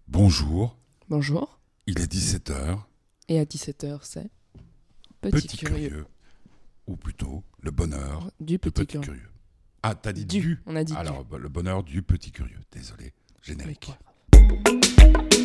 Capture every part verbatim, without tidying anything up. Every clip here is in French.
Bonjour. Bonjour. Il est dix-sept heures. Et à dix-sept heures, c'est Petit, Petit curieux. curieux. Ou plutôt, le bonheur Du de petit, petit curieux. curieux. Ah, t'as dit Du. du. On a dit Alors, bah, le bonheur du petit curieux. Désolé. Générique. Ok.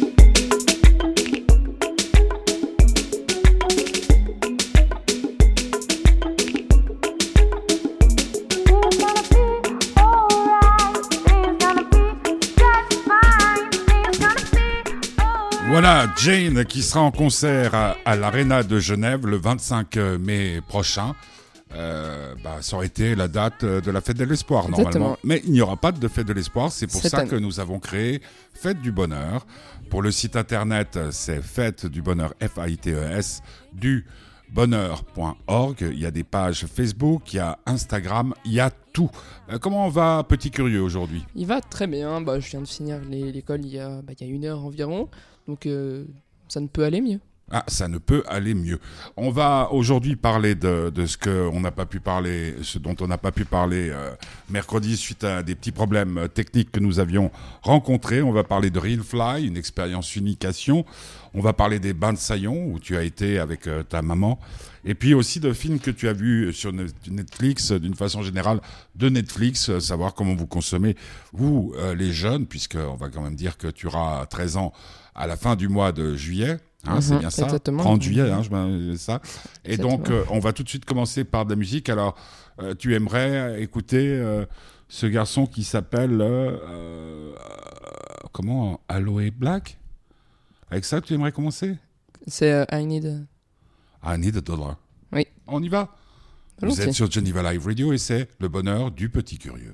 Voilà, Jane qui sera en concert à, à l'Arena de Genève le vingt-cinq mai prochain. Euh, bah, ça aurait été la date de la Fête de l'Espoir, normalement. Exactement. Mais il n'y aura pas de Fête de l'Espoir. C'est pour Cette ça année. que nous avons créé Fête du Bonheur. Pour le site internet, c'est Fête du Bonheur, F A I T E S, du bonheur point org. Il y a des pages Facebook, il y a Instagram, il y a tout. Euh, comment on va, petit curieux, aujourd'hui ? Il va très bien. Bah, je viens de finir les- l'école il y, a, bah, il y a une heure environ. Donc, euh, ça ne peut aller mieux. Ah, ça ne peut aller mieux. On va aujourd'hui parler de, de ce que on n'a pas pu parler, ce dont on n'a pas pu parler euh, mercredi suite à des petits problèmes techniques que nous avions rencontrés. On va parler de Realfly, une expérience unication. On va parler des bains de Saillon où tu as été avec euh, ta maman. Et puis aussi de films que tu as vus sur Netflix, d'une façon générale, de Netflix, euh, savoir comment vous consommez, vous, euh, les jeunes, puisqu'on va quand même dire que tu auras treize ans à la fin du mois de juillet. Hein, Mhm, c'est bien ça, exactement. trente juillet, hein, je m'en- ça. Et Exactement. donc, euh, on va tout de suite commencer par de la musique. Alors, euh, tu aimerais écouter euh, ce garçon qui s'appelle, euh, euh, comment, Aloe Black ? Avec ça, tu aimerais commencer ? C'est euh, I Need... I need a dollar. Oui. On y va ? Vous Volontiers. êtes sur Geneva Live Radio et c'est le bonheur du petit curieux.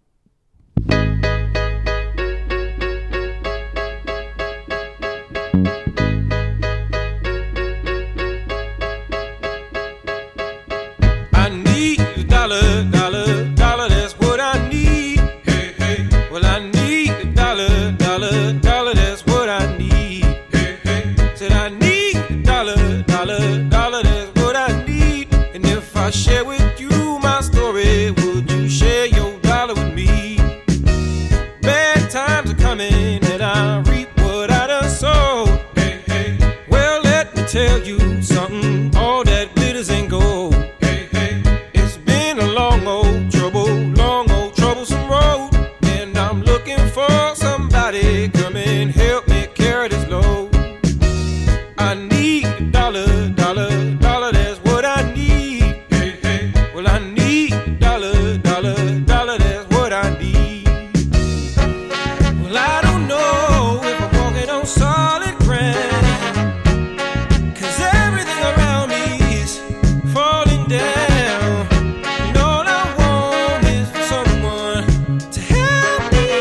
I need a dollar, dollar, dollar, that's what I need. Hey, hey. Well, I need a dollar, dollar, dollar, that's what I need. Hey, hey. Said I need a dollar, dollar, dollar, that's what I need. And if I share with you my story, would you share your dollar with me? Bad times are coming and I reap what I done sowed. Hey, hey. Well, let me tell you something, all that glitters ain't gold. Hey, hey. It's been a long old trouble, long old troublesome road. And I'm looking for somebody come and help me carry this load. I need a dollar, dollar, dollar, that's what I need. Hey, hey. Well, I need a dollar, dollar, dollar, that's what I need. Well, I don't know if I'm walking on solid ground, 'cause everything around me is falling down. And all I want is for someone to help me.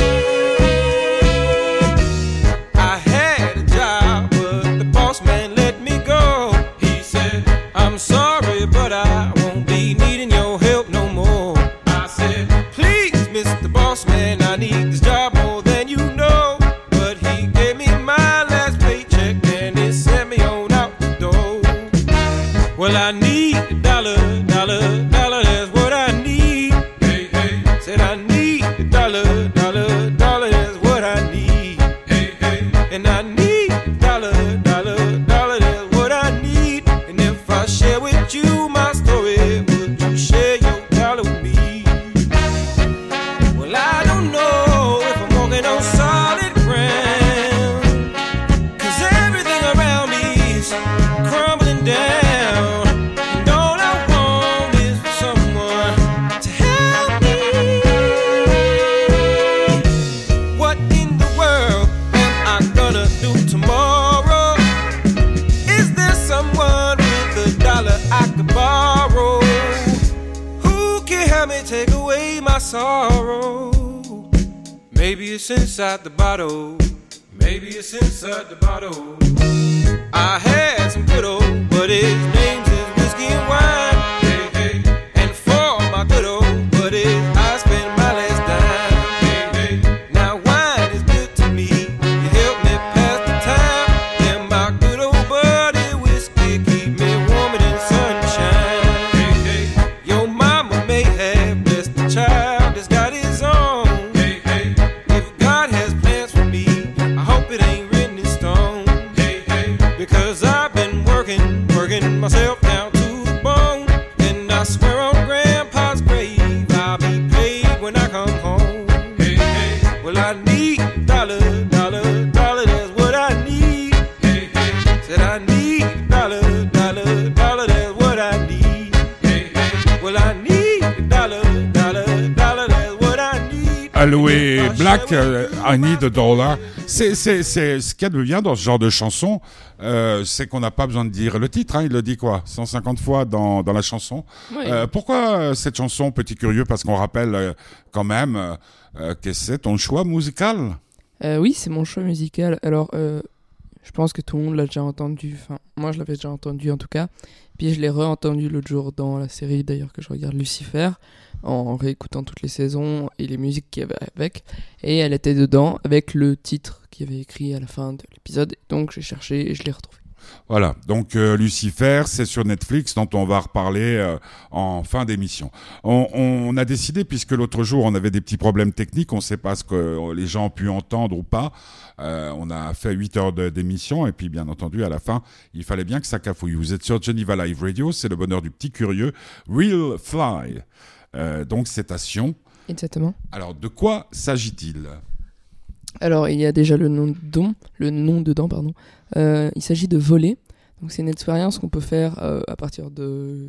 I had a job, but the boss man let me go. He said, I'm sorry, but I won't be needing your help no more. I said, please, Mister Boss Man, I need this job more than you know. But he gave me my last paycheck and he sent me on out the door. Well, I need a dollar, dollar, dollar, that's what I need. Hey, hey. Said I need a dollar, dollar, dollar, that's what I need. Hey, hey. And I need a dollar, dollar, dollar, that's what I need. And if I share with you my story, would you share your dollar with me? Well, I don't know if I'm walking on solid ground, 'cause everything around me is crumbling down. And all I want is for someone to help me. What in the world am I gonna do tomorrow? Is there someone with a dollar I could borrow? Who can help me take away my sorrow? Maybe it's inside the bottle. Maybe it's inside the bottle. I had some good old buddies, names is whiskey and wine. Hey, hey. And for my good old buddies, I spent my last dime. Hey, hey. Now wine is good to me. You help me pass the time. And my good old buddy whiskey keep me warmer than sunshine. Hey, hey. Your mama may have blessed the child that's got his own. Hey, hey. If God has plans for me, I hope it need a dollar, dollar, dollar, that's what I need. Hey, hey. Said I need a dollar, dollar, dollar, that's what I need. Hey, hey. Well, I need a dollar, dollar, dollar, that's what I need. Aloe Black, uh, I Need a Dollar. C'est, c'est, c'est ce qu'il y a de bien dans ce genre de chanson, euh, c'est qu'on n'a pas besoin de dire le titre, hein, il le dit quoi, cent cinquante fois dans, dans la chanson. Ouais. Euh, pourquoi euh, cette chanson, petit curieux, parce qu'on rappelle euh, quand même euh, euh, que c'est ton choix musical. Euh, oui, c'est mon choix musical. Alors, euh, je pense que tout le monde l'a déjà entendu. Enfin, moi, je l'avais déjà entendu en tout cas. Puis je l'ai re-entendu l'autre jour dans la série d'ailleurs que je regarde, Lucifer, en réécoutant toutes les saisons et les musiques qu'il y avait avec. Et elle était dedans avec le titre qu'il y avait écrit à la fin de l'épisode. Donc j'ai cherché et je l'ai retrouvé. Voilà, donc euh, Lucifer, c'est sur Netflix, dont on va reparler euh, en fin d'émission. On, on a décidé, puisque l'autre jour on avait des petits problèmes techniques, on ne sait pas ce que les gens ont pu entendre ou pas, euh, on a fait huit heures de, d'émission, et puis bien entendu à la fin, il fallait bien que ça cafouille. Vous êtes sur Geneva Live Radio, c'est le bonheur du petit curieux, Real Fly, euh, donc cétation. Exactement. Alors de quoi s'agit-il ? Alors, il y a déjà le nom dedans, le nom dedans, pardon. Euh, il s'agit de voler. Donc, c'est une expérience qu'on peut faire euh, à partir de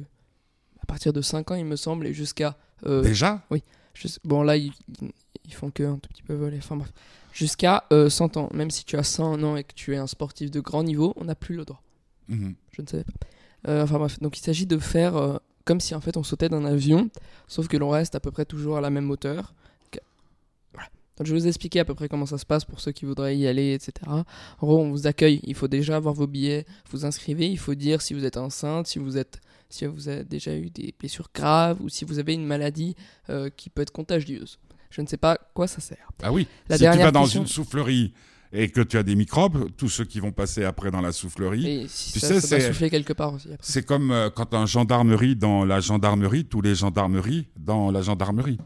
à partir de cinq ans, il me semble, et jusqu'à euh, Déjà ? Juste- bon, là, ils, ils font que un tout petit peu voler. Enfin bref, jusqu'à euh, cent ans. Même si tu as cent ans et que tu es un sportif de grand niveau, on n'a plus le droit. Mhm. Je ne savais pas. Euh, enfin bref, donc il s'agit de faire euh, comme si en fait on sautait d'un avion, sauf que l'on reste à peu près toujours à la même hauteur. Donc, voilà. Donc je vais vous expliquer à peu près comment ça se passe pour ceux qui voudraient y aller, et cetera. En gros, on vous accueille. Il faut déjà avoir vos billets, vous inscrivez. Il faut dire si vous êtes enceinte, si vous êtes, si vous avez déjà eu des blessures graves ou si vous avez une maladie euh, qui peut être contagieuse. Je ne sais pas à quoi ça sert. Ah oui, La si tu dernière vas dans question- une soufflerie et que tu as des microbes, tous ceux qui vont passer après dans la soufflerie, Et si Tu ça, sais, ça doit c'est- souffler quelque part aussi. Après. c'est comme euh, quand un gendarmerie dans la gendarmerie, tous les gendarmeries dans la gendarmerie.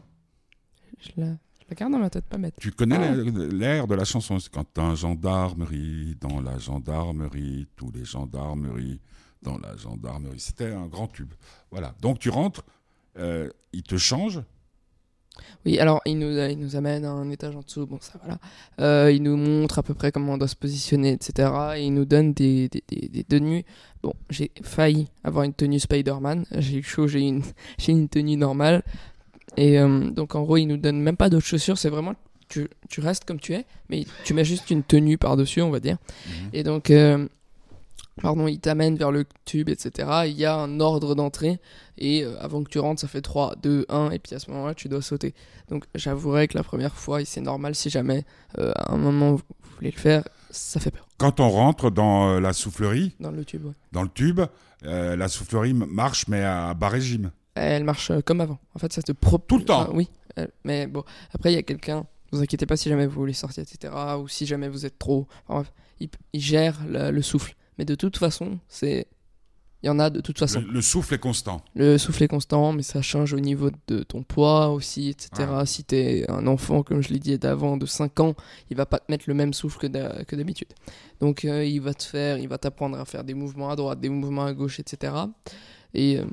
Je la, je la garde dans ma tête, pas bête. Tu connais Ah. l'air- l'air de la chanson, c'est quand un gendarmerie dans la gendarmerie, tous les gendarmeries dans la gendarmerie. C'était un grand tube. Voilà. Donc tu rentres, euh, il te change. Oui, alors il nous, il nous amène à un étage en dessous, bon ça voilà. Euh, il nous montre à peu près comment on doit se positionner, et cetera. Et il nous donne des, des, des, des tenues. Bon, j'ai failli avoir une tenue Spider-Man. J'ai eu chaud, j'ai une, j'ai une tenue normale. Et euh, donc en gros, il nous donne même pas d'autres chaussures. C'est vraiment, tu, tu restes comme tu es, mais tu mets juste une tenue par-dessus, on va dire. Mhm. Et donc, euh, pardon, il t'amène vers le tube, et cetera. Il y a un ordre d'entrée. Et euh, avant que tu rentres, ça fait trois, deux, un. Et puis à ce moment-là, tu dois sauter. Donc j'avouerai que la première fois, et c'est normal si jamais euh, à un moment vous voulez le faire, ça fait peur. Quand on rentre dans euh, la soufflerie, Dans le tube, ouais. dans le tube, euh, la soufflerie m- marche mais à bas régime. Elle marche euh, comme avant. En fait, ça te propulse. Tout le temps. Oui. Euh, mais bon, après, il y a quelqu'un. Ne vous inquiétez pas si jamais vous voulez sortir, et cetera. Ou si jamais vous êtes trop. Enfin bref, il, il gère la- le souffle. Mais de toute façon, c'est. Il y en a de toute façon. Le, le souffle est constant. Le souffle est constant, mais ça change au niveau de ton poids aussi, et cetera. Ah. Si t'es un enfant, comme je l'ai dit d'avant, de cinq ans, il va pas te mettre le même souffle que d'ha- que d'habitude. Donc euh, il va te faire, il va t'apprendre à faire des mouvements à droite, des mouvements à gauche, et cetera. Et euh,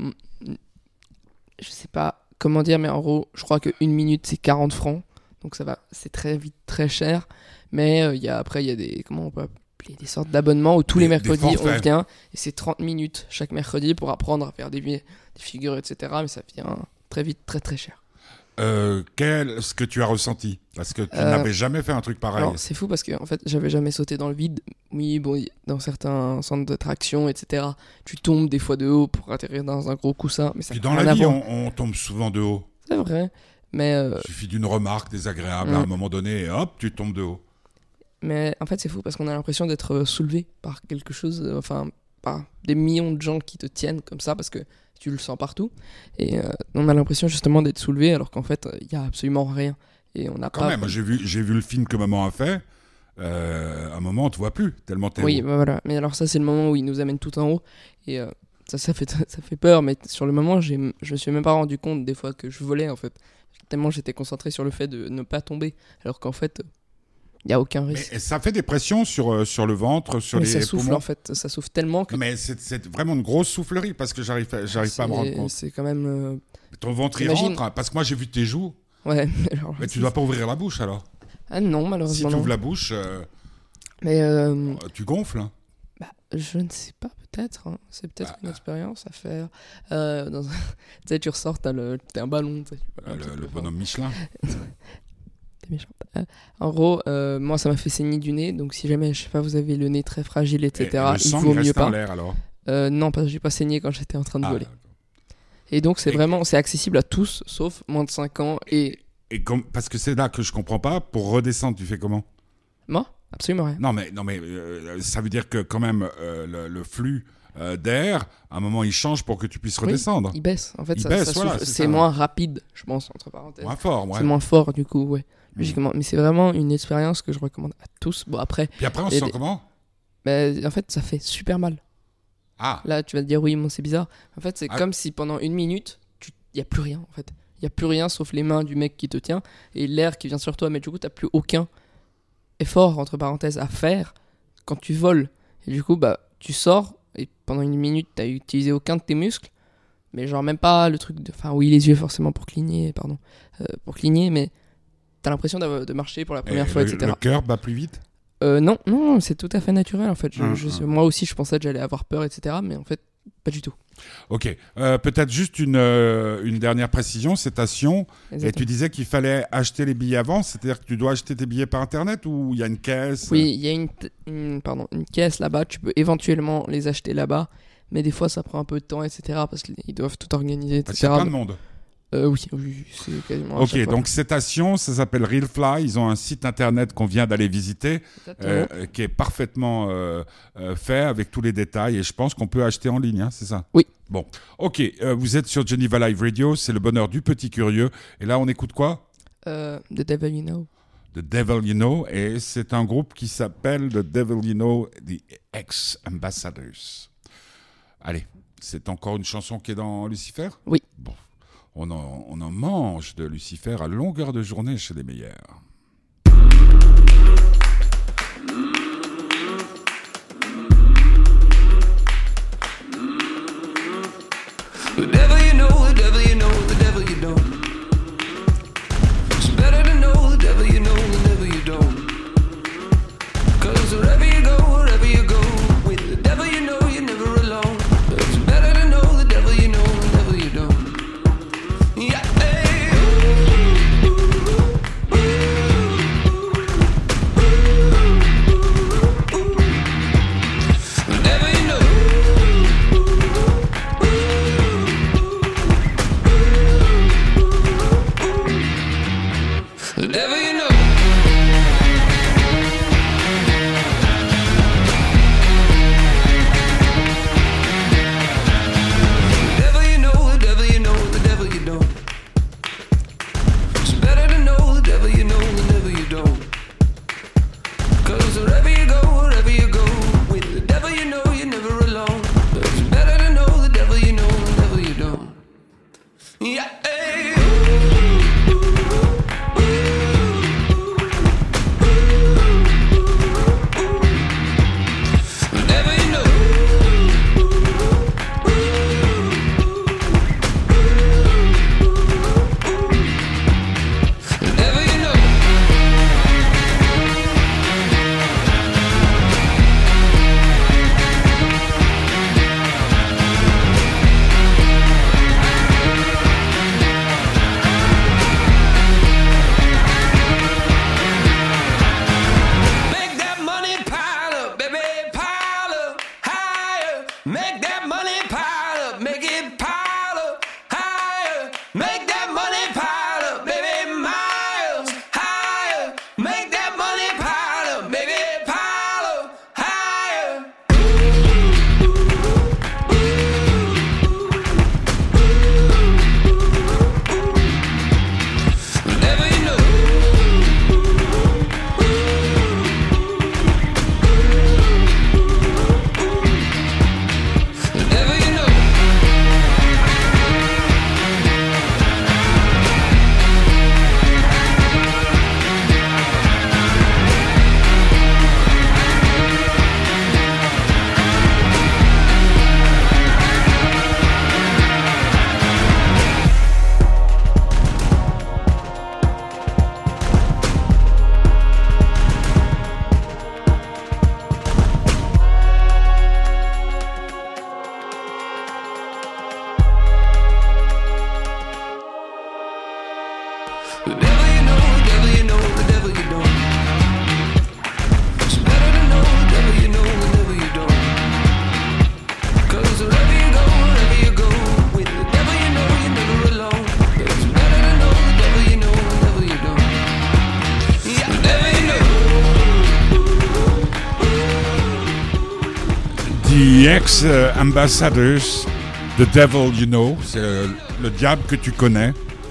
je sais pas comment dire, mais en gros, je crois qu'une minute c'est quarante francs. Donc ça va, c'est très vite, très cher. Mais euh, il y a, après, il y a des, comment on peut appeler, des sortes d'abonnements où tous Des- les des mercredis on forfaits. vient et c'est trente minutes chaque mercredi pour apprendre à faire des, vi- des figures, et cetera. Mais ça vient très vite, très très cher. Euh, quel ce que tu as ressenti? Parce que tu Euh, n'avais jamais fait un truc pareil. Alors c'est fou parce que en fait j'avais jamais sauté dans le vide. Oui, bon, y- dans certains centres d'attraction, et cetera. Tu tombes des fois de haut pour atterrir dans un gros coussin, mais ça Puis n'a dans rien la à vie, voir. on, on tombe souvent de haut. C'est vrai, mais euh, Il suffit d'une remarque désagréable Mm. à un moment donné et hop, tu tombes de haut. mais en fait c'est fou parce qu'on a l'impression d'être euh, soulevé par quelque chose, euh, enfin par des millions de gens qui te tiennent comme ça parce que tu le sens partout. Et euh, on a l'impression justement d'être soulevé alors qu'en fait il y a absolument rien et on n'a Quand pas. même, j'ai vu, j'ai vu le film que maman a fait. Euh, à un moment, on te voit plus tellement t'es Oui, haut. bah voilà. Mais alors ça, c'est le moment où il nous amène tout en haut. Et euh, ça, ça fait, ça fait peur. Mais sur le moment, j'ai, je me suis même pas rendu compte des fois que je volais, en fait. Tellement j'étais concentré sur le fait de ne pas tomber. Alors qu'en fait, il n'y a aucun Mais risque. ça fait des pressions sur, euh, sur le ventre, sur Mais les ça souffle, poumons. en fait. Ça souffle tellement que... Mais c'est, c'est vraiment une grosse soufflerie parce que j'arrive, pas- j'arrive pas à me rendre c'est- compte. C'est quand même... euh, Ton ventre, il Imagine- rentre. hein, parce que moi, j'ai vu tes joues. Ouais. alors, Mais tu c'est- dois pas ouvrir la bouche alors. Ah non, Si malheureusement tu non. ouvres la bouche, euh, Mais euh, tu gonfles. Hein. bah, je ne sais pas, peut-être. hein. C'est peut-être Ah, une expérience à faire. Euh, dans un- tu sais, tu ressors, t'as, le... t'as un ballon. tu sais, tu vois, Euh, un le, truc le de fort. bonhomme Michelin. T'es méchante. Euh, en gros, euh, moi, ça m'a fait saigner du nez. Donc, si jamais, je sais pas, vous avez le nez très fragile, et cetera, Et, et le il sang vaut il mieux reste en pas. l'air alors. Euh, non, parce que j'ai pas saigné quand j'étais en train de Ah, voler. d'accord. Et donc, c'est Et- vraiment, c'est accessible à tous, sauf moins de cinq ans. Et Et comme, parce que c'est là que je comprends pas. Pour redescendre, tu fais comment? moi, absolument rien. Non, mais, non, mais euh, ça veut dire que quand même, euh, le, le flux euh, d'air, à un moment, il change pour que tu puisses Oui, redescendre. Il baisse. En fait, Il ça, baisse, ça voilà, souffle. c'est c'est ça. moins rapide, je pense, entre parenthèses. Moins fort, ouais. C'est moins fort, du coup, ouais. Mm. Logiquement. Mais c'est vraiment une expérience que je recommande à tous. Bon, après, Puis après, on Et se sent des- comment? bah, en fait, ça fait super mal. Ah, Là, tu vas te dire, oui, bon, c'est bizarre. En fait, c'est Ah. comme si pendant une minute, il n'y a plus rien, en fait. Il n'y a plus rien sauf les mains du mec qui te tient et l'air qui vient sur toi. Mais du coup, tu n'as plus aucun effort, entre parenthèses, à faire quand tu voles. Et du coup, bah, tu sors et pendant une minute, tu n'as utilisé aucun de tes muscles. Mais genre, même pas le truc de. Enfin, oui, les yeux, forcément, pour cligner, pardon. Euh, pour cligner, mais tu as l'impression d'avoir- de marcher pour la première et fois, le, et cetera. le cœur bat plus vite? Euh, non, non, c'est tout à fait naturel en fait. Je, Hum, je sais- hum. moi aussi, je pensais que j'allais avoir peur, et cetera. Mais en fait, pas du tout. Ok. Euh, peut-être juste une, euh, une dernière précision. C'est à Sion. Et Exactement. tu disais qu'il fallait acheter les billets avant. C'est-à-dire que tu dois acheter tes billets par Internet ou il y a une caisse? Oui, il y a une, t- une- pardon, une caisse là-bas. Tu peux éventuellement les acheter là-bas. Mais des fois, ça prend un peu de temps, et cetera. Parce qu'ils doivent tout organiser, Parce qu'il y a et cetera. plein de monde. Euh, oui, oui, c'est quasiment. à Ok, chaque fois. donc c'est à Sion, ça s'appelle Realfly. Ils ont un site internet qu'on vient d'aller visiter, Exactement. euh, qui est parfaitement euh, euh, fait avec tous les détails. Et je pense qu'on peut acheter en ligne, hein, c'est ça? Oui. Bon, ok. euh, vous êtes sur Geneva Live Radio, c'est le bonheur du petit curieux. Et là, on écoute quoi? Euh, The Devil You Know. The Devil You Know. Et c'est un groupe qui s'appelle The Devil You Know, The Ex-Ambassadors. Allez, c'est encore une chanson qui est dans Lucifer? Oui. Bon. On en, on en mange de Lucifer à longueur de journée chez les meilleurs. The devil you know, the devil you know, the devil you don't. It's better to know the devil you know, the devil you don't. Cause wherever you go, wherever you go, with the devil you know, you're never alone. It's better to know the devil you know, the devil you don't. Yeah, hey. The devil you know. The devil you know. The devil you know, the devil you know, the devil you don't. It's better to know the devil you know, the devil you don't. Cause wherever you go, wherever you go, with the devil you know, you're never alone. It's better to know the devil you know, the devil you don't. Yeah, hey. The devil you know. The devil you know. The Ex-Ambassadors, The Devil You Know, c'est le, le diable que tu connais.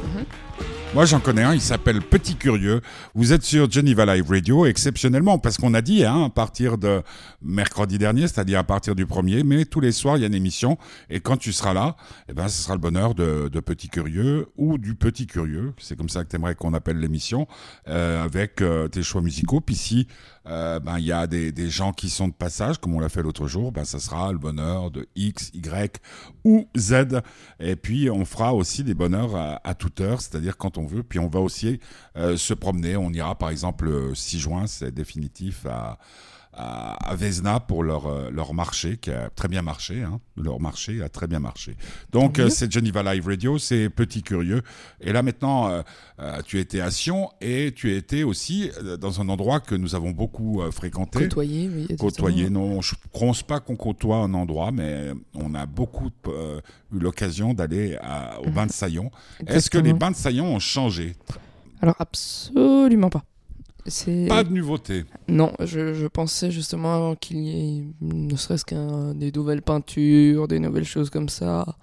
Moi, j'en connais un, il s'appelle Petit Curieux. Vous êtes sur Geneva Live Radio, exceptionnellement, parce qu'on a dit, hein, à partir de mercredi dernier, c'est-à-dire à partir du premier mai, tous les soirs, il y a une émission. Et quand tu seras là, eh ben, ce sera le bonheur de, de Petit Curieux ou du Petit Curieux. C'est comme ça que tu aimerais qu'on appelle l'émission, euh, avec euh, tes choix musicaux. Puis si euh, ben, il y a des, des gens qui sont de passage, comme on l'a fait l'autre jour, ben, ça sera le bonheur de X, Y ou Z. Et puis, on fera aussi des bonheurs à, à toute heure, c'est-à-dire quand on veut. Puis on va aussi euh, se promener. On ira par exemple le six juin, c'est définitif, à, à, à Vesna pour leur, euh, leur marché qui a très bien marché. Hein. Leur marché a très bien marché. Donc euh, c'est Geneva Live Radio, c'est Petit Curieux. Et là maintenant, euh, euh, tu étais à Sion et tu étais aussi euh, dans un endroit que nous avons beaucoup euh, fréquenté. Côtoyer, oui. Côtoyer, non, je ne pense pas qu'on côtoie un endroit, mais on a beaucoup euh, eu l'occasion d'aller à, au bain de Saillon. Est-ce que les bains de Saillon ont changé? Alors absolument pas. C'est... Pas de nouveauté. Non, je, je pensais justement qu'il y ait ne serait-ce qu'un des nouvelles peintures, des nouvelles choses comme ça.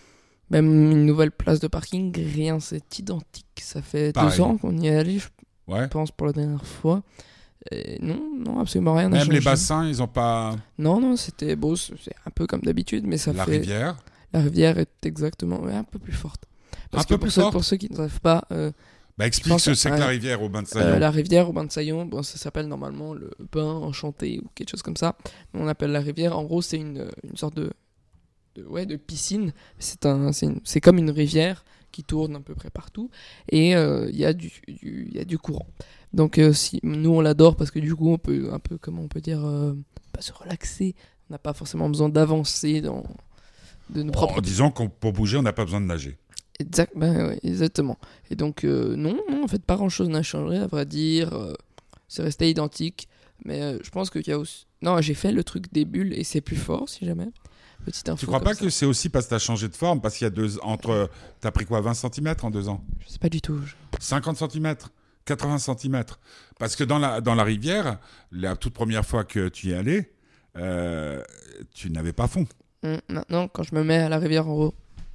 Même une nouvelle place de parking, rien, c'est identique. Ça fait Pareil. deux ans qu'on y est allé, je Ouais. pense, pour la dernière fois. Et non, non, absolument rien n'a Même changé. les bassins, ils n'ont pas Non, non, c'était beau, c'est un peu comme d'habitude, mais ça la fait... rivière. La rivière est exactement ouais, un peu plus forte. Parce Un que peu pour plus ceux, forte pour ceux qui ne savent pas, euh, Bah je explique pense ce que que- c'est que ouais. la rivière au bain de Saillon. Euh, la rivière au bain de Saillon, bon, ça s'appelle normalement le bain enchanté ou quelque chose comme ça. On appelle la rivière. En gros, c'est une, une sorte de, de, ouais, de piscine. C'est un, c'est, une- c'est comme une rivière qui tourne à peu près partout. Et euh, il y a du, du- il y a du courant. Donc, euh, si, nous, on l'adore parce que du coup, on peut un peu, comment on peut dire, euh, pas se relaxer. On n'a pas forcément besoin d'avancer dans de nos propres En disant qu'on pour bouger, on n'a pas besoin de nager. Exact, ben ouais, exactement. Et donc, euh, non, non, en fait, pas grand chose n'a changé, à vrai dire. Euh, c'est resté identique. Mais euh, je pense qu'il y a aussi. Non, j'ai fait le truc des bulles et c'est plus fort, si jamais. Petite info. Tu crois comme pas ça. que c'est aussi parce que tu as changé de forme? Parce qu'il y a deux entre. T'as pris quoi, vingt centimètres en deux ans? Je sais pas du tout. je- cinquante centimètres, quatre-vingts centimètres. Parce que dans la, dans la rivière, la toute première fois que tu y es allé, euh, tu n'avais pas fond. Hum, Maintenant, quand je me mets à la rivière en haut,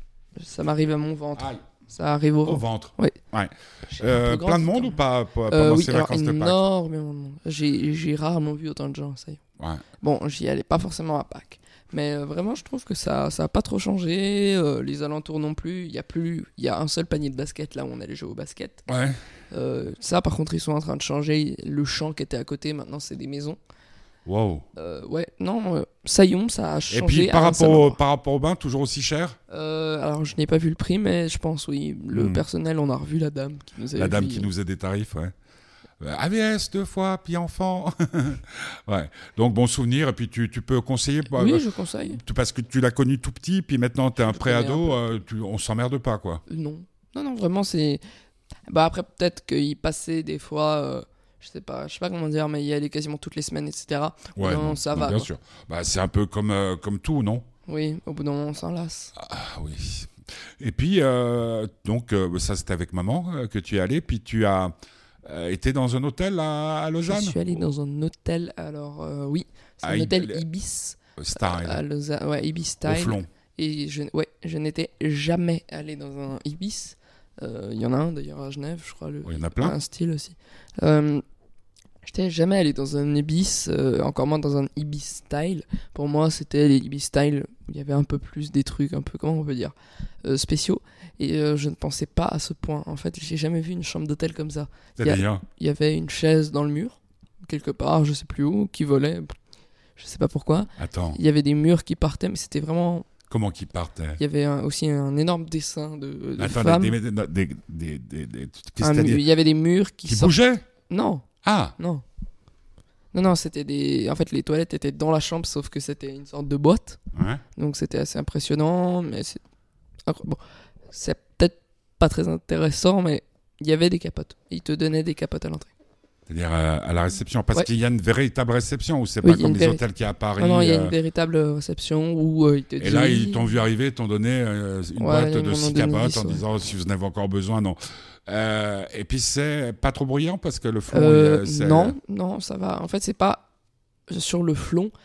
ça m'arrive à mon ventre. Aïe, Ça arrive au au ventre. ventre. Oui. Ouais. J'ai un Euh, peu grand, plein de c'est monde quand ou même. pas p- pendant Euh, oui, ces alors, vacances de Pâques? énormément de monde. J'ai, j'ai rarement vu autant de gens, ça y est. Ouais. Bon, j'y allais pas forcément à Pâques. Mais euh, vraiment, je trouve que ça ça a pas trop changé. euh, les alentours non plus. Il y a plus, il y a un seul panier de basket là où on allait jouer au basket. Ouais. Euh, ça, par contre, ils sont en train de changer. Le champ qui était à côté, maintenant, c'est des maisons. Wow. Euh, ouais, non, euh, Saillon, ça a changé. Et puis par à un rapport, seul au, endroit. par rapport au bain, toujours aussi cher? Euh, alors, je n'ai pas vu le prix, mais je pense, oui. Le Hmm. personnel, on a revu la dame qui nous avait La dame dit- qui nous faisait des tarifs, ouais. Euh, A V S deux fois, puis enfant. Ouais. Donc bon souvenir, et puis tu, tu peux conseiller. bah, Oui, bah, je conseille. tu- parce que tu l'as connu tout petit, puis maintenant t'es un Je le connais pré-ado, euh, tu, on s'emmerde pas, quoi. Euh, Non. Non, non, vraiment, c'est. Bah, après, peut-être qu'il passait des fois. euh, Je sais pas, je sais pas comment dire, mais il y allait quasiment toutes les semaines, et cetera. Ouais, non, ça va. Bien quoi. sûr. Bah, c'est un peu comme, euh, comme tout, non? Oui, au bout d'un moment, on s'en lasse. Ah oui. Et puis, euh, donc, euh, ça c'était avec maman euh, que tu es allé, puis tu as euh, été dans un hôtel à, à Je Lausanne? suis allé dans un hôtel, alors euh, oui, c'est Ah, un il- hôtel le- Ibis. Style, À Lausanne, ouais, Ibis au Style. flon. Et je, ouais, je n'étais jamais allé dans un Ibis. Euh, Il y en a un d'ailleurs à Genève, je crois. Le, Oui, il y en a plein. Un style aussi. Euh, J'étais jamais allé dans un Ibis, euh, encore moins dans un Ibis Style. Pour moi, c'était les Ibis Style où il y avait un peu plus des trucs, un peu, comment on peut dire, euh, spéciaux. Et euh, je ne pensais pas à ce point. En fait, j'ai jamais vu une chambre d'hôtel comme ça. Il y a- C'est-à-dire? Il y avait une chaise dans le mur, quelque part, je sais plus où, qui volait. Je sais pas pourquoi. Attends, Il y avait des murs qui partaient, mais c'était vraiment. comment qu'il partait? Il y avait un- aussi un énorme dessin de, de Attends, femmes. des, des, des, des, des, des- des- qu'est-ce Un que t'as mu- dit? il y avait des murs qui, Qui sortaient. bougeaient? Non, Ah, non. Non, non, c'était des. En fait, les toilettes étaient dans la chambre, sauf que c'était une sorte de boîte. ouais. Donc c'était assez impressionnant, mais c'est. incro- Bon, c'est peut-être pas très intéressant, mais il y avait des capotes. Ils te donnaient des capotes à l'entrée. C'est-à-dire euh, à la réception. Parce Ouais. qu'il y a une véritable réception, ou c'est Oui, pas il y a comme une les véri- hôtels qu'il y a à Paris. Non, non, il y a euh, une véritable réception où euh, ils te Et disent. là, ils t'ont vu arriver, ils t'ont donné euh, une Ouais, boîte ils de m'en six ont donné capotes dix, en ouais. disant si vous en avez encore besoin, non. Euh, et puis c'est pas trop bruyant parce que le fond, Euh, il, c'est- non, non, ça va. En fait, c'est pas sur le flon.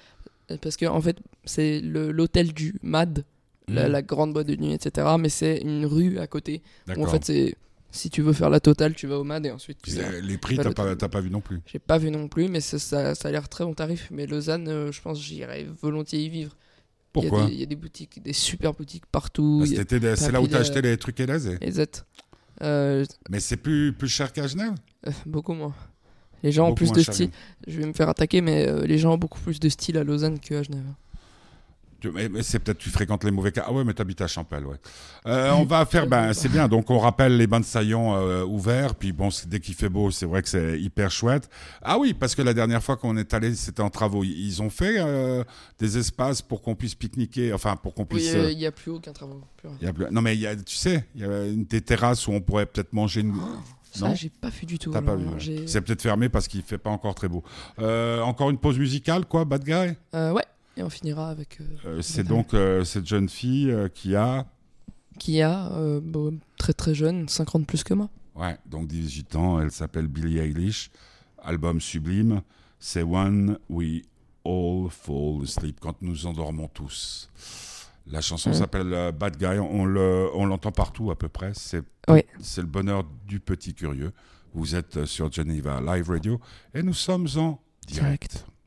Parce que en fait, c'est le- l'hôtel du M A D, la, Mhm. la grande boîte de nuit, et cetera. Mais c'est une rue à côté. Où D'accord. en fait, c'est si tu veux faire la totale, tu vas au M A D et ensuite tu Puis viens. les, les prix, Bah, t'as le- pas, t'as pas vu non plus. J'ai pas vu non plus, mais ça, ça, ça a l'air très bon tarif. Mais Lausanne, euh, je pense que j'irais volontiers y vivre. Il y a Pourquoi des- Il y, a des boutiques, des super boutiques partout. Bah, il y a- c'était des- C'est là où t'as Papilla- acheté les trucs élazés. Et Z. Euh, Mais c'est plus, plus cher qu'à Genève. euh, beaucoup moins. Les gens ont Beaucoup plus moins de cher, style. Je vais me faire attaquer, mais euh, les gens ont beaucoup plus de style à Lausanne qu'à Genève. Tu- Mais, mais c'est peut-être tu fréquentes les mauvais cas. Ah ouais, mais t'habites à Champel, ouais. Euh, on va faire, ben c'est bien. Donc on rappelle les bains de Saillon euh, ouverts. Puis bon, c'est- dès qu'il fait beau, c'est vrai que c'est hyper chouette. Ah oui, parce que la dernière fois qu'on est allé, c'était en travaux. Ils ont fait euh, des espaces pour qu'on puisse pique-niquer, enfin pour qu'on Oui, puisse. euh, euh, il n'y a plus aucun travaux. Plus rien. il y a plus- Non mais il y a, tu sais, il y a une des terrasses où on pourrait peut-être manger une. Ça, non j'ai pas vu du tout. T'as pas alors, vu. ouais. j'ai- C'est peut-être fermé parce qu'il fait pas encore très beau. Euh, encore une pause musicale, quoi, Bad Guy. Euh, ouais, et on finira avec. euh, Euh, c'est Bad donc euh, cette jeune fille euh, qui a. Qui a, euh, bon, très très jeune, cinquante plus que moi. Ouais, donc dix-huit ans, elle s'appelle Billie Eilish, album sublime, c'est When We All Fall Asleep, quand nous endormons tous. La chanson Mhm. s'appelle euh, Bad Guy, on, le, on l'entend partout à peu près, c'est, Oui. c'est le bonheur du petit curieux. Vous êtes euh, sur Geneva Live Radio et nous sommes en direct. Direct.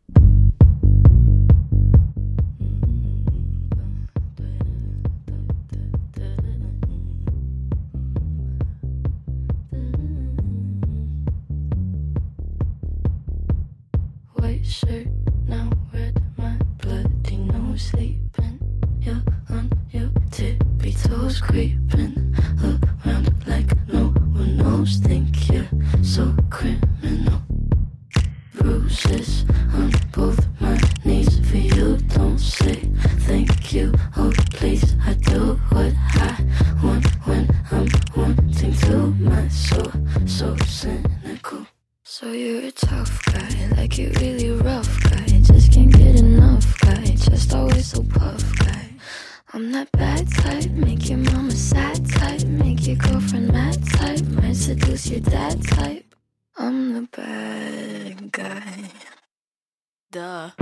White shirt, now red, my bloody nose sleeping. You're on your tippy toes, creeping around like no one knows. Think you're so criminal. Bruises on both my knees for you. Don't say thank you. Oh, please, I do what I want when I'm wanting to. My soul, so cynical. So you're a tough guy, like you really rough guy. Just can't get enough guy, just always so puff guy. I'm that bad type, make your mama sad type, make your girlfriend mad type, might seduce your dad type. I'm the bad guy. Duh.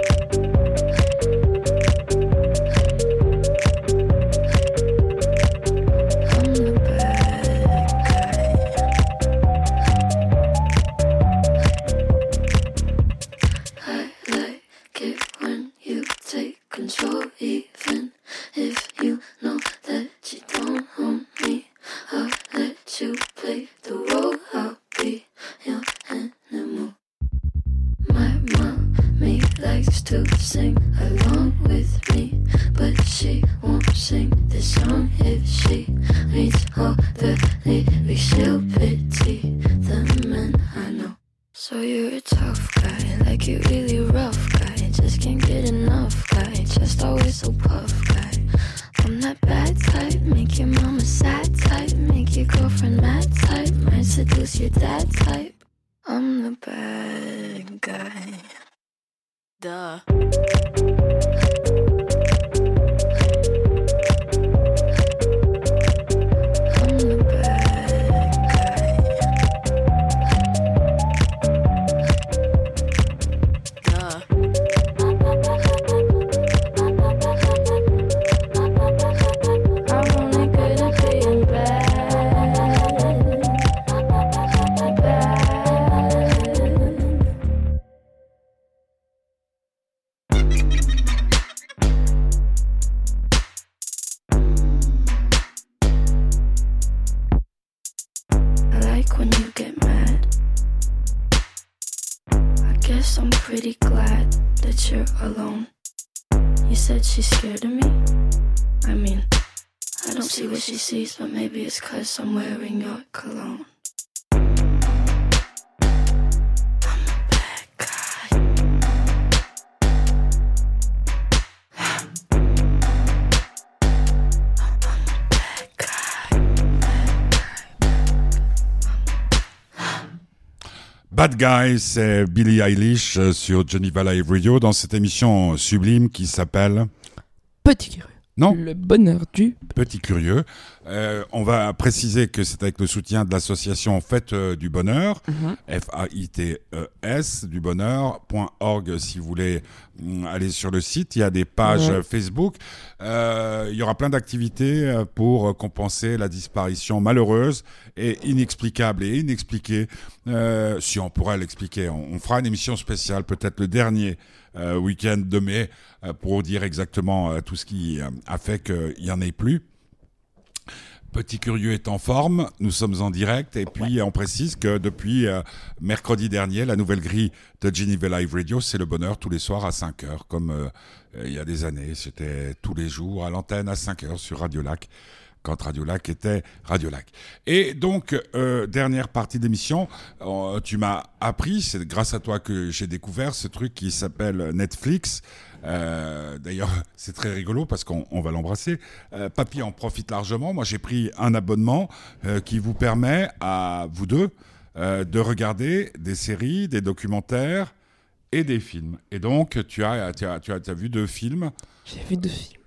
I'm the bad guy. I like it when you take control, even if you know that you don't own me. I'll let you play the role, I'll be your animal. My mommy likes to sing along with me, but she won't sing this song if she reads all the lyrics. She'll pity the men I know. So you're a tough guy, like you really rough guy. Just can't get enough guy, just always so puff guy. I'm that bad type, make your mama sad type, make your girlfriend mad type, might seduce your dad type. I'm the bad guy. Duh. I'm the bad guy. Duh. I'm only good at being bad. Bad. I like when you get mad. I guess I'm pretty glad that you're alone. You said she's scared of me? I mean, I don't see what she sees, but maybe it's 'cause I'm wearing your cologne. I'm a bad guy. I'm a bad guy. Bad Guy, c'est Billie Eilish euh, sur Geneva Live Radio dans cette émission sublime qui s'appelle Petit curieux. Non. Le bonheur du... Petit curieux. Euh, on va préciser que c'est avec le soutien de l'association Fête euh, du Bonheur, Mhm. F A I T E S, du bonheur point org si vous voulez mm, aller sur le site. Il y a des pages Ouais. euh, Facebook. Euh, il y aura plein d'activités euh, pour euh, compenser la disparition malheureuse et inexplicable et inexpliquée. Euh, si on pourrait l'expliquer, on, on fera une émission spéciale, peut-être le dernier euh, week-end de mai, euh, pour dire exactement euh, tout ce qui euh, a fait qu'il n'y en ait plus. Petit Curieux est en forme, nous sommes en direct et puis on précise que depuis euh, mercredi dernier, la nouvelle grille de Geneva Live Radio, c'est le bonheur tous les soirs à cinq heures, comme euh, euh, il y a des années, c'était tous les jours à l'antenne à cinq heures sur Radio Lac, quand Radio Lac était Radio Lac. Et donc, euh, dernière partie d'émission, euh, tu m'as appris, c'est grâce à toi que j'ai découvert ce truc qui s'appelle Netflix. Euh, d'ailleurs, c'est très rigolo parce qu'on on va l'embrasser. Euh, Papy en profite largement. Moi, j'ai pris un abonnement euh, qui vous permet à vous deux euh, de regarder des séries, des documentaires et des films. Et donc, tu as, tu as, tu as, tu as vu deux films, J'ai vu deux films.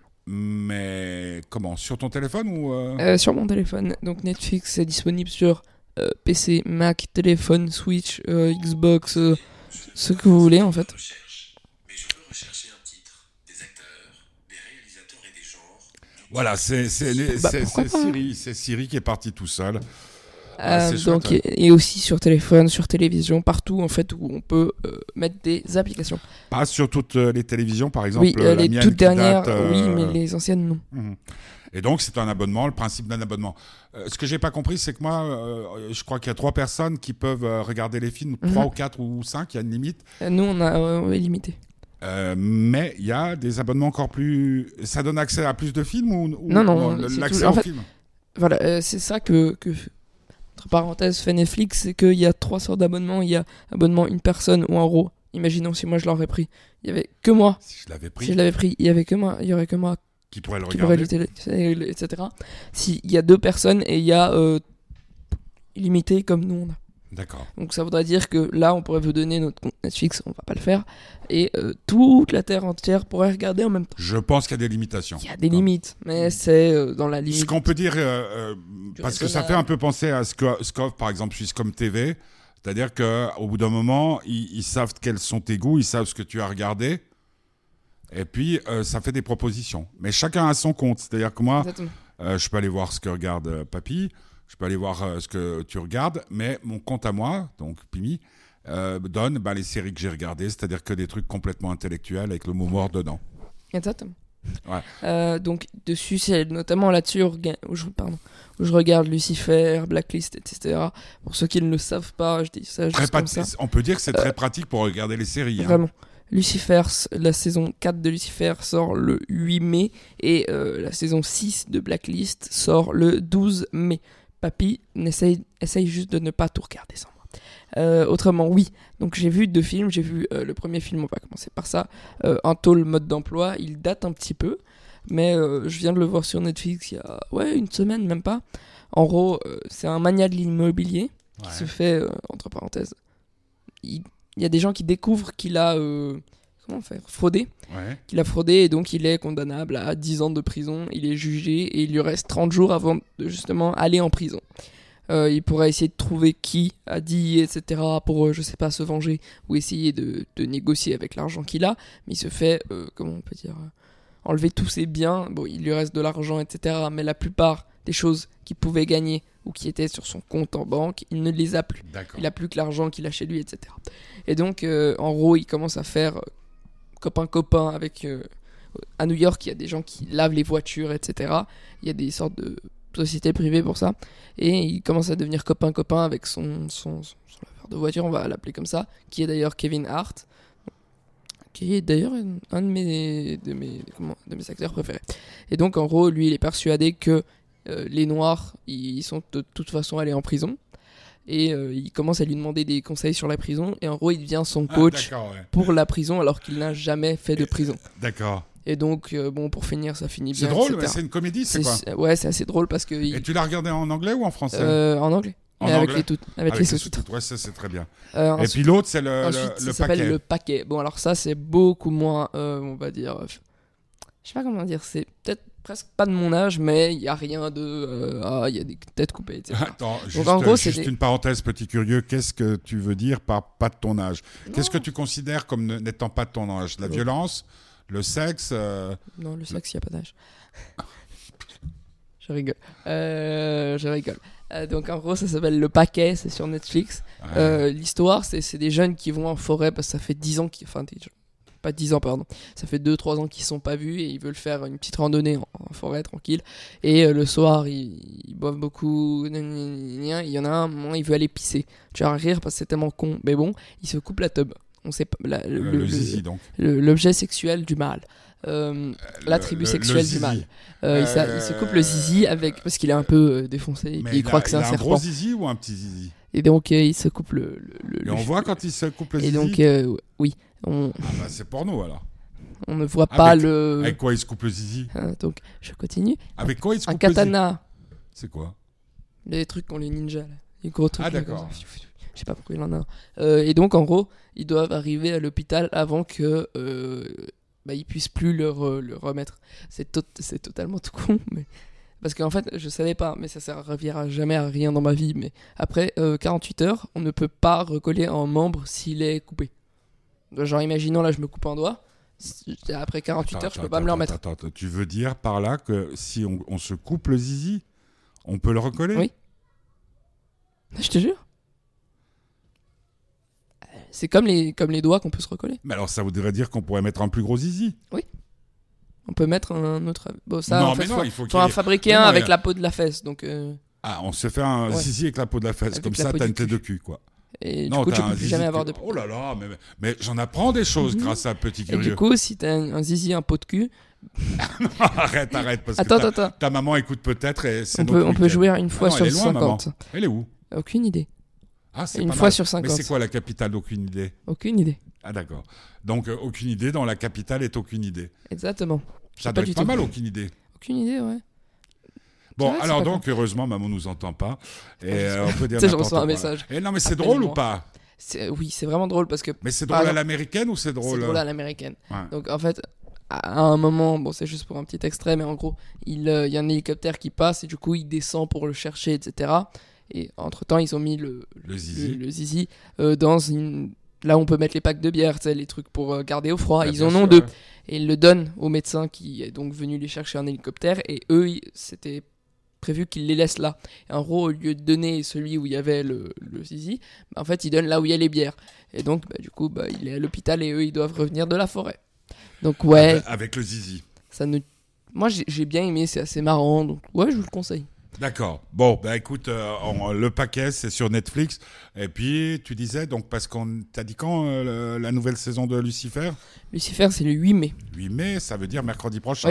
mais comment? Sur ton téléphone ou euh... Euh, sur mon téléphone. Donc Netflix, c'est disponible sur euh, P C, Mac, téléphone, Switch, euh, Xbox, euh, ce que vous voulez en fait. Mais je peux rechercher un titre, des acteurs, des réalisateurs et des genres. Voilà, c'est c'est Bah, c'est pourquoi c'est pas. Siri, c'est Siri qui est parti tout seul. Ah, Euh, c'est donc, chouette, et, et aussi sur téléphone, sur télévision, partout en fait où on peut euh, mettre des applications. Pas sur toutes euh, les télévisions, par exemple. oui, euh, la les mienne toutes qui dernières, date, euh, oui, mais les anciennes non. Mhm. Et donc, c'est un abonnement, le principe d'un abonnement. Euh, ce que j'ai pas compris, c'est que moi, euh, je crois qu'il y a trois personnes qui peuvent euh, regarder les films, Mhm. trois ou quatre ou cinq, il y a une limite. Euh, Nous, on a euh, on est limité. Euh, mais il y a des abonnements encore plus. Ça donne accès à plus de films ou, ou- Non, non, c'est l'accès tout- en aux fait- films. Voilà, euh, c'est ça que, que, entre parenthèses, fait Netflix, c'est qu'il y a trois sortes d'abonnements. Il y a abonnement une personne ou en gros, imaginons si moi je l'aurais pris, il y avait que moi. Si je l'avais pris, Si je l'avais pris, il y avait que moi, il y aurait que moi qui pourrait le qui pourrait regarder. l'utiliser, et cetera. S'il y a deux personnes et il y a euh, illimité comme nous on a. D'accord. Donc ça voudrait dire que là, on pourrait vous donner notre compte Netflix, on va pas le faire, et euh, toute la terre entière pourrait regarder en même temps. Je pense qu'il y a des limitations. Il y a des limites, mais c'est euh, dans la Ce limite. qu'on peut dire, euh, euh, parce que ça raisonnable. fait un peu penser à Sco- Scov, par exemple, Swisscom T V. C'est-à-dire qu'au bout d'un moment, ils, ils savent quels sont tes goûts, ils savent ce que tu as regardé. Et puis, euh, ça fait des propositions. Mais chacun a son compte. C'est-à-dire que moi, Exactement. euh, je peux aller voir ce que regarde euh, Papy, je peux aller voir euh, ce que tu regardes, mais mon compte à moi, donc Pimi, euh, donne bah, les séries que j'ai regardées, c'est-à-dire que des trucs complètement intellectuels avec le mot mort dedans. Exactement. Ouais. Euh, donc dessus, c'est notamment là-dessus où, rega- où je, pardon, où je regarde Lucifer, Blacklist, et cetera. Pour ceux qui ne le savent pas, je dis ça Très juste comme prati- ça. On peut dire que c'est très pratique pour regarder les séries. Hein. Vraiment. Lucifer, la saison quatre de Lucifer sort le huit mai et euh, la saison six de Blacklist sort le douze mai. Papy, essaye, essaye juste de ne pas tout regarder sans moi. Euh, autrement, oui. Donc j'ai vu deux films. J'ai vu euh, le premier film, on va commencer par ça. Euh, Un tôle mode d'emploi. Il date un petit peu, mais euh, je viens de le voir sur Netflix il y a ouais, une semaine, même pas. En gros, euh, c'est un magnat de l'immobilier qui Ouais. se fait, euh, entre parenthèses, il il y a des gens qui découvrent qu'il a euh, comment faire, fraudé, Ouais. qu'il a fraudé et donc il est condamnable à dix ans de prison. Il est jugé et il lui reste trente jours avant de justement aller en prison. Euh, il pourrait essayer de trouver qui a dit, et cetera pour, euh, je sais pas, se venger ou essayer de, de négocier avec l'argent qu'il a. Mais il se fait, euh, comment on peut dire, euh, enlever tous ses biens. Bon, il lui reste de l'argent, et cetera. Mais la plupart des choses qu'il pouvait gagner ou qui étaient sur son compte en banque, il ne les a plus. D'accord. Il a plus que l'argent qu'il a chez lui, et cetera. Et donc, euh, en gros, il commence à faire euh, copain-copain avec... euh, à New York, il y a des gens qui lavent les voitures, et cetera. Il y a des sortes de sociétés privées pour ça. Et il commence à devenir copain-copain avec son, son, son, son laveur de voiture, on va l'appeler comme ça, qui est d'ailleurs Kevin Hart, qui est d'ailleurs un- un de mes, de, mes, comment, de mes acteurs préférés. Et donc, en gros, lui, il est persuadé que euh, les Noirs, ils sont de toute façon allés en prison. Et euh, il commence à lui demander des conseils sur la prison. Et en gros, il devient son Ah, coach d'accord, ouais. pour la prison alors qu'il n'a jamais fait de prison. D'accord. Et donc, euh, bon, pour finir, ça finit C'est bien. drôle, et cetera. mais c'est une comédie, c'est quoi? C'est- Ouais, c'est assez drôle parce que. il- Et tu l'as regardé en anglais ou en français? euh, en anglais. En Mais avec anglais les, tout- avec les sous-titres. sous-titres, ouais, ça c'est très bien. Euh, Et ensuite, puis l'autre, c'est le, ensuite, le, ça le s'appelle paquet. le paquet. Bon, alors ça, c'est beaucoup moins, euh, on va dire. euh, je sais pas comment dire, c'est peut-être presque pas de mon âge, mais il y a rien de euh, ah il y a des têtes coupées, et cetera. Attends, juste, en gros, juste c'est des- une parenthèse, petit curieux. Qu'est-ce que tu veux dire par pas de ton âge? Qu'est-ce que Non. tu considères comme ne- n'étant pas de ton âge? La Non. violence, le sexe euh, Non, le sexe, il n'y a pas d'âge. Je rigole. Euh, je rigole. Euh, donc en gros, ça s'appelle Le Paquet, c'est sur Netflix. ouais. Euh, L'histoire, c'est c'est des jeunes qui vont en forêt parce que ça fait dix ans, qu'ils- enfin des- pas dix ans, pardon. Ça fait deux trois ans qu'ils sont pas vus et ils veulent faire une petite randonnée en, en forêt tranquille. Et euh, le soir, ils, ils boivent beaucoup. gna, gna, gna, gna. Il y en a un, un moment, il veut aller pisser. Tu vas rire parce que c'est tellement con. Mais bon, il se coupe la tub. On sait pas. la- le, le- le le- zizi, donc. le- L'objet sexuel du mâle. Euh, L'attribut Le- le- sexuel le du zizi. mâle. Euh, il, s'a- il se coupe le zizi avec parce qu'il est un peu euh, défoncé. Mais il, il croit a, que c'est il un a un serpent. gros zizi ou un petit zizi? Et donc euh, il se coupe le. le, le- Et le on ch- voit quand il se coupe le Et zizi? donc euh, oui, on, Ah bah, c'est porno alors. on ne voit pas Avec- le. Avec quoi il se coupe le zizi? Hein, donc je continue. Avec quoi il se Un coupe le zizi? katana, C'est quoi? les trucs qu'ont les ninjas, là. Les gros trucs. Ah, là, d'accord. comme ça. Je sais pas pourquoi il en a un. Euh, et donc en gros, ils doivent arriver à l'hôpital avant que euh, bah, ils puissent plus le, re- le remettre. C'est tot- c'est totalement tout con, mais parce qu'en fait, je savais pas, mais ça servira jamais à rien dans ma vie. Mais après euh, quarante-huit heures, on ne peut pas recoller un membre s'il est coupé. Genre, imaginons là, je me coupe un doigt. Si- Après quarante-huit Attends, heures, je peux attends, pas me le attends, remettre. attends, attends. Tu veux dire par là que si on, on se coupe le zizi, on peut le recoller? Oui. Je te jure. C'est comme les, comme les doigts qu'on peut se recoller. Mais alors ça voudrait dire qu'on pourrait mettre un plus gros zizi. On peut mettre un autre. Bon, ça, Non, en fait, mais non, faut, il faut faut qu'il y ait- en fabriquer Mais un non, avec il y a- la peau de la fesse. Donc, euh, Ah, on se fait un Ouais. zizi avec la peau de la fesse. Avec Comme la ça, peau t'as du une tête cul. de cul, quoi. et non, du coup, tu t'as peux un plus zizi jamais de avoir cul. de. Oh là là, mais, mais j'en apprends des choses Mhm. grâce à Petit Et Curieux. du coup, si t'as un, un zizi, un pot de cul. arrête, arrête, parce Attends, que ta, attends, attends. ta maman écoute peut-être et c'est On notre peut, on peut week-end. jouer une fois Ah non, sur elle est loin, cinquante. maman. Elle est où? Aucune idée. Ah, c'est Une pas fois mal. sur Mais cinquante. c'est quoi la capitale d'aucune idée? Aucune idée. Ah d'accord. Donc euh, aucune idée dans la capitale est aucune idée. Exactement. Je Ça sais doit du être pas tout. mal aucune idée. Aucune idée, ouais. Bon, vrai que alors c'est pas donc heureusement maman nous entend pas et Ah, euh, on peut dire Tu sais, je n'importe reçois un quoi. message. Et non mais c'est Appelle-moi. drôle ou pas? C'est- Oui, c'est vraiment drôle parce que Mais c'est Par drôle à exemple, l'américaine ou c'est c'est drôle? drôle euh, à l'américaine. Ouais. Donc en fait, à un moment, bon c'est juste pour un petit extrait, mais en gros, il euh, il y a un hélicoptère qui passe et du coup il descend pour le chercher, et cetera. Et entre temps, ils ont mis le, Le zizi. le, le zizi euh, dans une... Là où on peut mettre les packs de bière, tu sais, les trucs pour euh, garder au froid. Ah, ils bien en sûr, ont deux. ouais. Et ils le donnent au médecin qui est donc venu les chercher en hélicoptère. Et eux, ils- c'était prévu qu'ils les laissent là. Et en gros, au lieu de donner celui où il y avait le, le zizi, bah, en fait, ils donnent là où il y a les bières. Et donc, bah, du coup, bah, il est à l'hôpital et eux, ils doivent revenir de la forêt. Donc, ouais, Avec, avec le zizi. ça ne... Moi, j'ai j'ai bien aimé, c'est assez marrant. Donc, ouais, je vous le conseille. D'accord. Bon, bah écoute, euh, on- le paquet c'est sur Netflix. Et puis tu disais donc parce qu'on t'a dit quand euh, le- la nouvelle saison de Lucifer? Lucifer, c'est le huit mai. huit mai, ça veut dire mercredi prochain. Oui.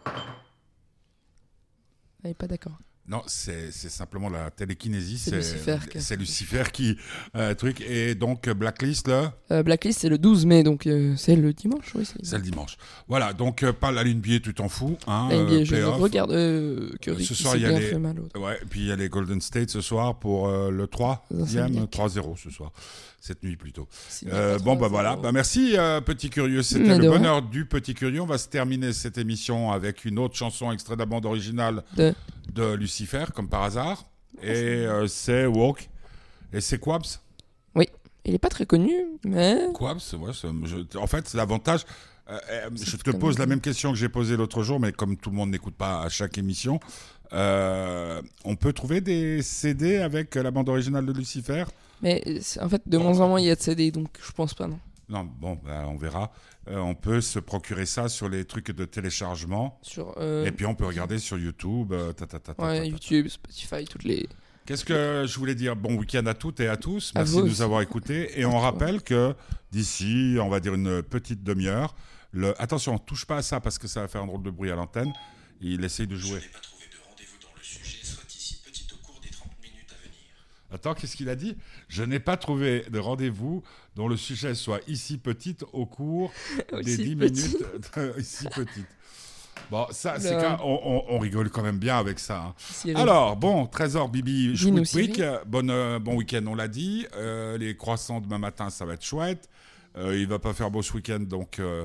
Elle est pas d'accord. Non, c'est c'est simplement la télékinésie. C'est Lucifer qui a- C'est Lucifer qui euh, truc et donc Blacklist là, Euh, Blacklist, c'est le douze mai, donc euh, c'est le dimanche, oui. C'est c'est le dimanche. Voilà, donc euh, pas la N B A, tu t'en fous, hein. La N B A, euh, je playoff. regarde euh, Curry Ce qui soir, s'est il y a bien les- fait mal. l'autre. Ouais, et puis il y a les Golden State ce soir pour euh, le troisième, Insomniac. trois zéro ce soir. Cette nuit plutôt. C'est Euh, bien, bon, bah trois voilà. zéro. Bah, merci, euh, Petit Curieux. C'était Mais le de rien. bonheur du Petit Curieux. On va se terminer cette émission avec une autre chanson extrait de la bande originale De- de Lucifer, comme par hasard. Et euh, c'est Walk. Et c'est Quabs. Il est pas très connu, mais Quabs, ouais, c'est- je- en fait, c'est l'avantage. euh, euh, C'est je te comme- pose la même question que j'ai posée l'autre jour, mais comme tout le monde n'écoute pas à chaque émission, euh, on peut trouver des C D avec la bande originale de Lucifer? mais c'est- en fait de moins en moins il y a de C D, donc je pense pas non. Non, bon, bah, on verra. Euh, on peut se procurer ça sur les trucs de téléchargement. Sur euh, Et puis on peut regarder sur YouTube. euh, ta, ta, ta, ta, ta, ouais, ta. YouTube, Spotify, toutes les. Qu'est-ce que je voulais dire? Bon week-end à toutes et à tous. À Merci vous de nous aussi. avoir écoutés. Et on rappelle que d'ici, on va dire une petite demi-heure, le... attention, touche pas à ça parce que ça va faire un drôle de bruit à l'antenne. Il essaye de Je jouer. n'ai pas trouvé de rendez-vous dans le sujet, soit ici petit au cours des trente minutes à venir. Attends, qu'est-ce qu'il a dit? Je n'ai pas trouvé de rendez-vous dont le sujet soit ici petite au cours des Aussi dix petit. minutes de- ici petite. Bon, ça, c'est Oula. quand on, on- on rigole quand même bien avec ça. hein. Cyril. Alors, bon, Trésor, Bibi, Dis-nous, Chouette Week, Cyril. bon, euh, bon week-end, on l'a dit. Euh, les croissants demain matin, ça va être chouette. Euh, il va pas faire beau ce week-end, donc euh,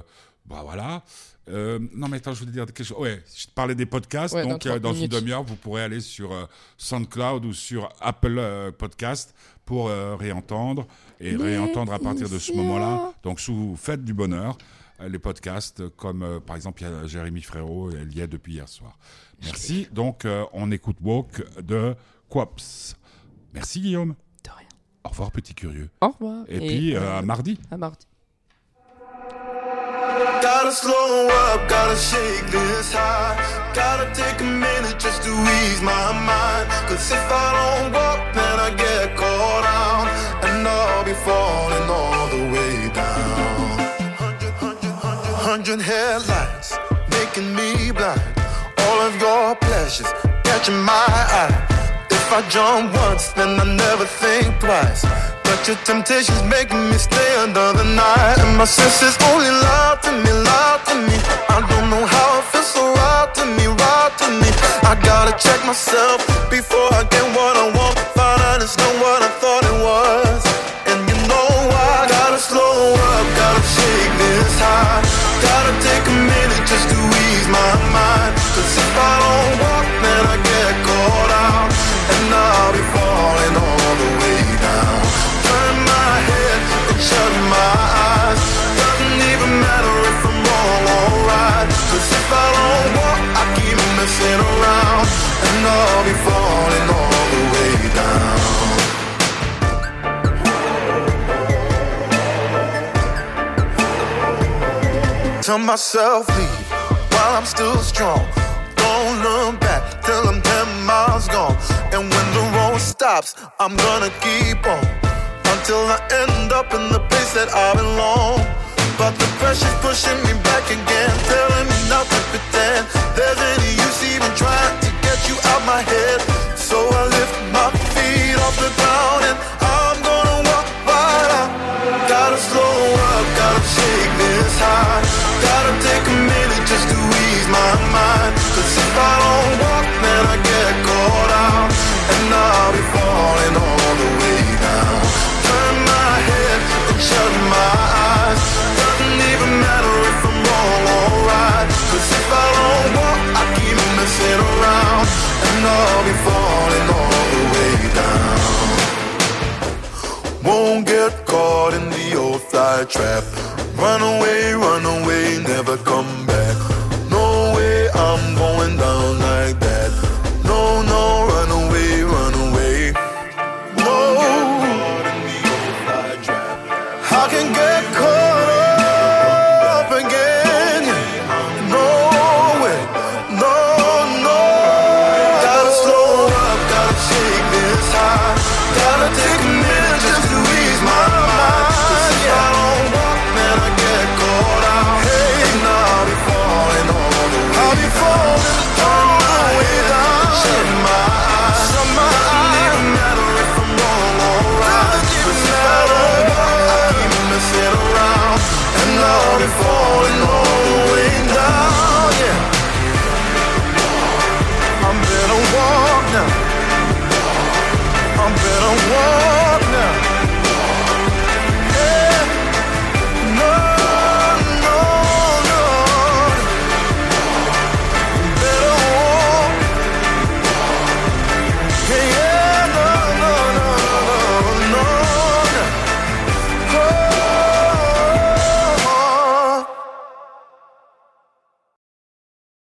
Bah voilà. Euh, non mais attends, je voulais dire quelque chose. Ouais, je te parlais des podcasts. Ouais, dans donc euh, trente dans une minutes. demi-heure, vous pourrez aller sur euh, SoundCloud ou sur Apple euh, Podcast pour euh, réentendre et Les réentendre à partir de ce Initiats. moment-là. Donc sous Fête du Bonheur, euh, les podcasts euh, comme euh, par exemple il y a Jérémy Frérot, elle y est depuis hier soir. Merci. Donc euh, on écoute Walk de Quops. Merci Guillaume. De rien. Au revoir petit curieux. Au revoir. Et, puis euh, à mardi. à mardi. Gotta slow up, gotta shake this high. Gotta take a minute just to ease my mind. Cause if I don't walk, then I get caught out. And I'll be falling all the way down. Hundred, hundred, hundred, hundred headlights making me blind. All of your pleasures catching my eye. If I jump once, then I never think twice. But your temptation's making me stay another night. And my senses only lie to me, lie to me. I don't know how it feels so right to me, right to me. I gotta check myself before I get what I want. Find out it's not what I thought it was. And you know I gotta slow up, gotta shake this high. Gotta take a minute just to ease my mind. Cause if I don't walk, then I get caught out. And I'll be falling all the way down. Turn my head and shut my eyes. Doesn't even matter if I'm wrong or right. Cause if I don't walk, I keep messing around. And I'll be falling all the way down. Tell myself leave while I'm still strong. Don't look back till I'm ten miles gone. And when the road stops, I'm gonna keep on until I end up in the place that I belong. But the pressure's pushing me back again, telling me not to pretend there's any use even trying to get you out my head. So I lift my feet off the ground and I'm gonna walk right out. Gotta slow up, gotta shake this high. Gotta take a minute just to ease my mind. Cause if I don't walk, then I get caught out. And I'll be falling all the way down. Turn my head and shut my eyes. Doesn't even matter if I'm wrong or right. Cause if I don't walk, I keep messing around. And I'll be falling all the way down. Won't get caught in the old fly trap. Run away, run away, never come back. No way, I'm going down like that. No, no, run away, run away. No, I can get caught up again. No way, no, no. Gotta slow up, gotta shake this high. Gotta take a minute just to ease my mind. Cause if I don't walk, then I get caught out. Hey, and I'll be falling all the way. I'll be falling all the way down. Shut my eyes, shut my eyes. Doesn't even matter if I'm wrong or right. Cause if I don't walk, I keep messing around. And I'll be falling all